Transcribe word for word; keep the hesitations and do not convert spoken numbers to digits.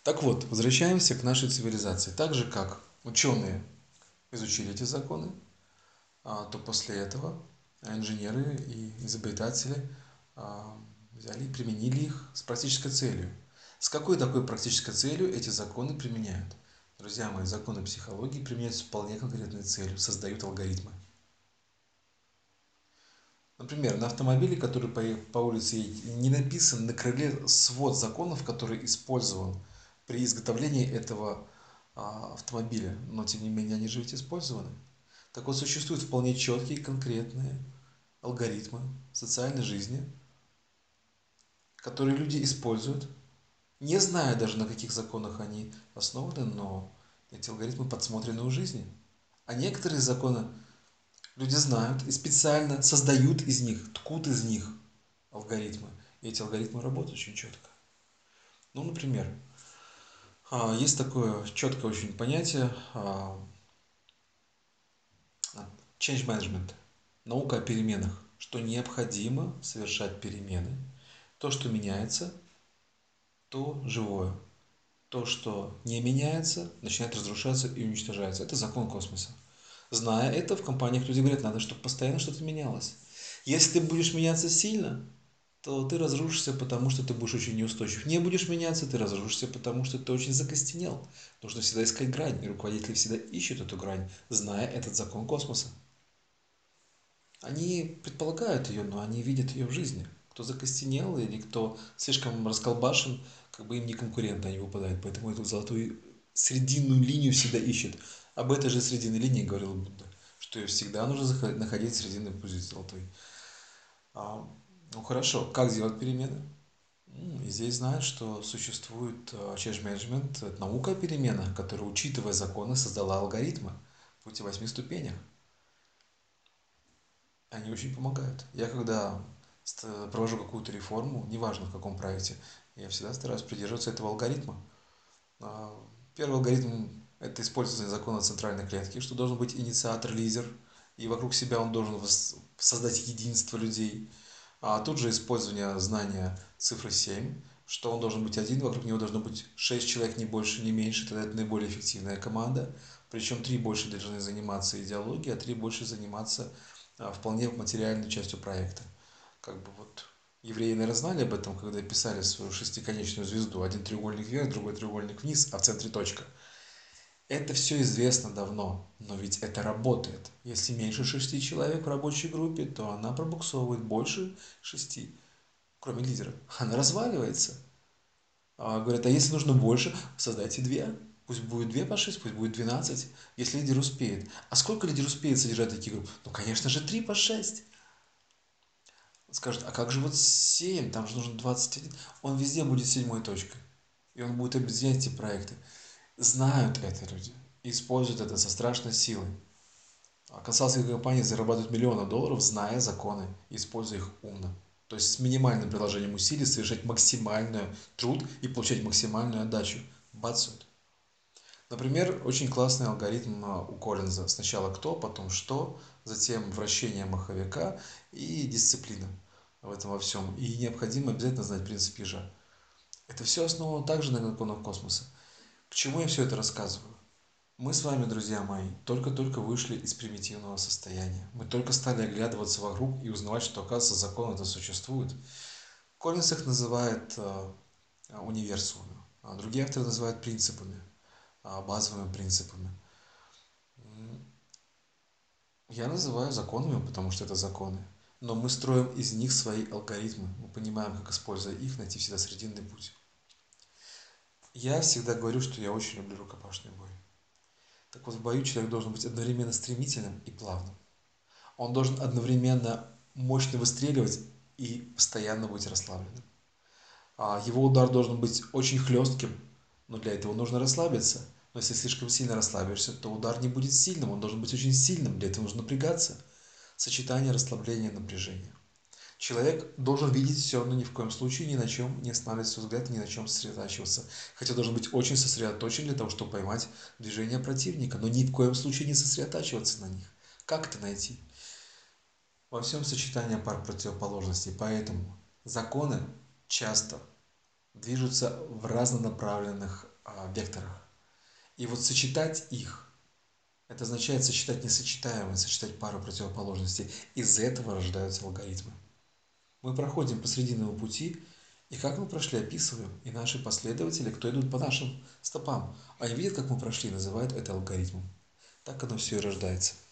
Так вот, возвращаемся к нашей цивилизации. Так же, как ученые изучили эти законы, а, то после этого инженеры и изобретатели а, взяли и применили их с практической целью. С какой такой практической целью эти законы применяют? Друзья мои, законы психологии применяются с вполне конкретной целью, создают алгоритмы. Например, на автомобиле, который по, по улице едет, не написан на крыле свод законов, который использован при изготовлении этого а, автомобиля, но тем не менее они же ведь использованы. Так вот, существуют вполне четкие, конкретные алгоритмы социальной жизни, которые люди используют, не зная даже, на каких законах они основаны, но эти алгоритмы подсмотрены у жизни. А некоторые законы люди знают и специально создают из них, ткут из них алгоритмы. И эти алгоритмы работают очень четко. Ну, например, а, есть такое четкое очень понятие а, change management, наука о переменах, что необходимо совершать перемены. То, что меняется, то живое. То, что не меняется, начинает разрушаться и уничтожаться. Это закон космоса. Зная это, в компаниях люди говорят, надо, чтобы постоянно что-то менялось. Если ты будешь меняться сильно, то ты разрушишься, потому что ты будешь очень неустойчив. Не будешь меняться, ты разрушишься, потому что ты очень закостенел. Нужно всегда искать грань, и руководители всегда ищут эту грань, зная этот закон космоса. Они предполагают ее, но они видят ее в жизни. Кто закостенел или кто слишком расколбашен, как бы им не конкуренты, они выпадают. Поэтому эту золотую срединную линию всегда ищут. Об этой же срединной линии говорил Будда, что ее всегда нужно находить срединный путь золотой. А, ну хорошо, как сделать перемены? И здесь знают, что существует а, change management, это наука о переменах, которая, учитывая законы, создала алгоритмы в пути восьми ступенях. Они очень помогают. Я когда провожу какую-то реформу, неважно в каком проекте, я всегда стараюсь придерживаться этого алгоритма. А, Первый алгоритм – это использование закона центральной клетки, что должен быть инициатор-лидер, и вокруг себя он должен создать единство людей. А тут же использование знания цифры семь, что он должен быть один, вокруг него должно быть шесть человек, не больше, не меньше, тогда это наиболее эффективная команда. Причем три больше должны заниматься идеологией, а три больше заниматься а, вполне материальной частью проекта. Как бы вот евреи, наверное, знали об этом, когда писали свою шестиконечную звезду. Один треугольник вверх, другой треугольник вниз, а в центре точка. Это все известно давно, но ведь это работает. Если меньше шести человек в рабочей группе, то она пробуксовывает больше шести, кроме лидера. Она разваливается. А, говорят, а если нужно больше, создайте две. Пусть будет две по шесть, пусть будет двенадцать, если лидер успеет. А сколько лидер успеет содержать такие группы? Ну, конечно же, три по шесть. Скажет, а как же вот семь, там же нужно двадцать один. Он везде будет седьмой точкой. И он будет объединять эти проекты. Знают это люди. И используют это со страшной силой. А консалтинговые компании зарабатывают миллионы долларов, зная законы, используя их умно. То есть с минимальным приложением усилий совершать максимальный труд и получать максимальную отдачу. Бацают. Например, очень классный алгоритм а, у Коллинза. Сначала кто, потом что, затем вращение маховика и дисциплина в этом во всем. И необходимо обязательно знать принцип ежа. Это все основано также на законах космоса. К чему я все это рассказываю? Мы с вами, друзья мои, только-только вышли из примитивного состояния. Мы только стали оглядываться вокруг и узнавать, что, оказывается, законы это существуют. Коллинс их называет э, универсумами, а другие авторы называют принципами, э, базовыми принципами. Я называю законами, потому что это законы. Но мы строим из них свои алгоритмы. Мы понимаем, как, используя их, найти всегда срединный путь. Я всегда говорю, что я очень люблю рукопашный бой. Так вот, в бою человек должен быть одновременно стремительным и плавным. Он должен одновременно мощно выстреливать и постоянно быть расслабленным. А его удар должен быть очень хлестким, но для этого нужно расслабиться. Но если слишком сильно расслабишься, то удар не будет сильным, он должен быть очень сильным, для этого нужно напрягаться. Сочетание расслабления и напряжения. Человек должен видеть все, но ни в коем случае ни на чем не останавливать свой взгляд, ни на чем сосредотачиваться. Хотя должен быть очень сосредоточен для того, чтобы поймать движение противника, но ни в коем случае не сосредотачиваться на них. Как это найти? Во всем сочетании пар противоположностей, поэтому законы часто движутся в разнонаправленных а, векторах. И вот сочетать их, это означает сочетать несочетаемые, сочетать пару противоположностей. Из этого рождаются алгоритмы. Мы проходим по срединному пути, и как мы прошли, описываем. И наши последователи, кто идут по нашим стопам, они видят, как мы прошли, называют это алгоритмом. Так оно все и рождается.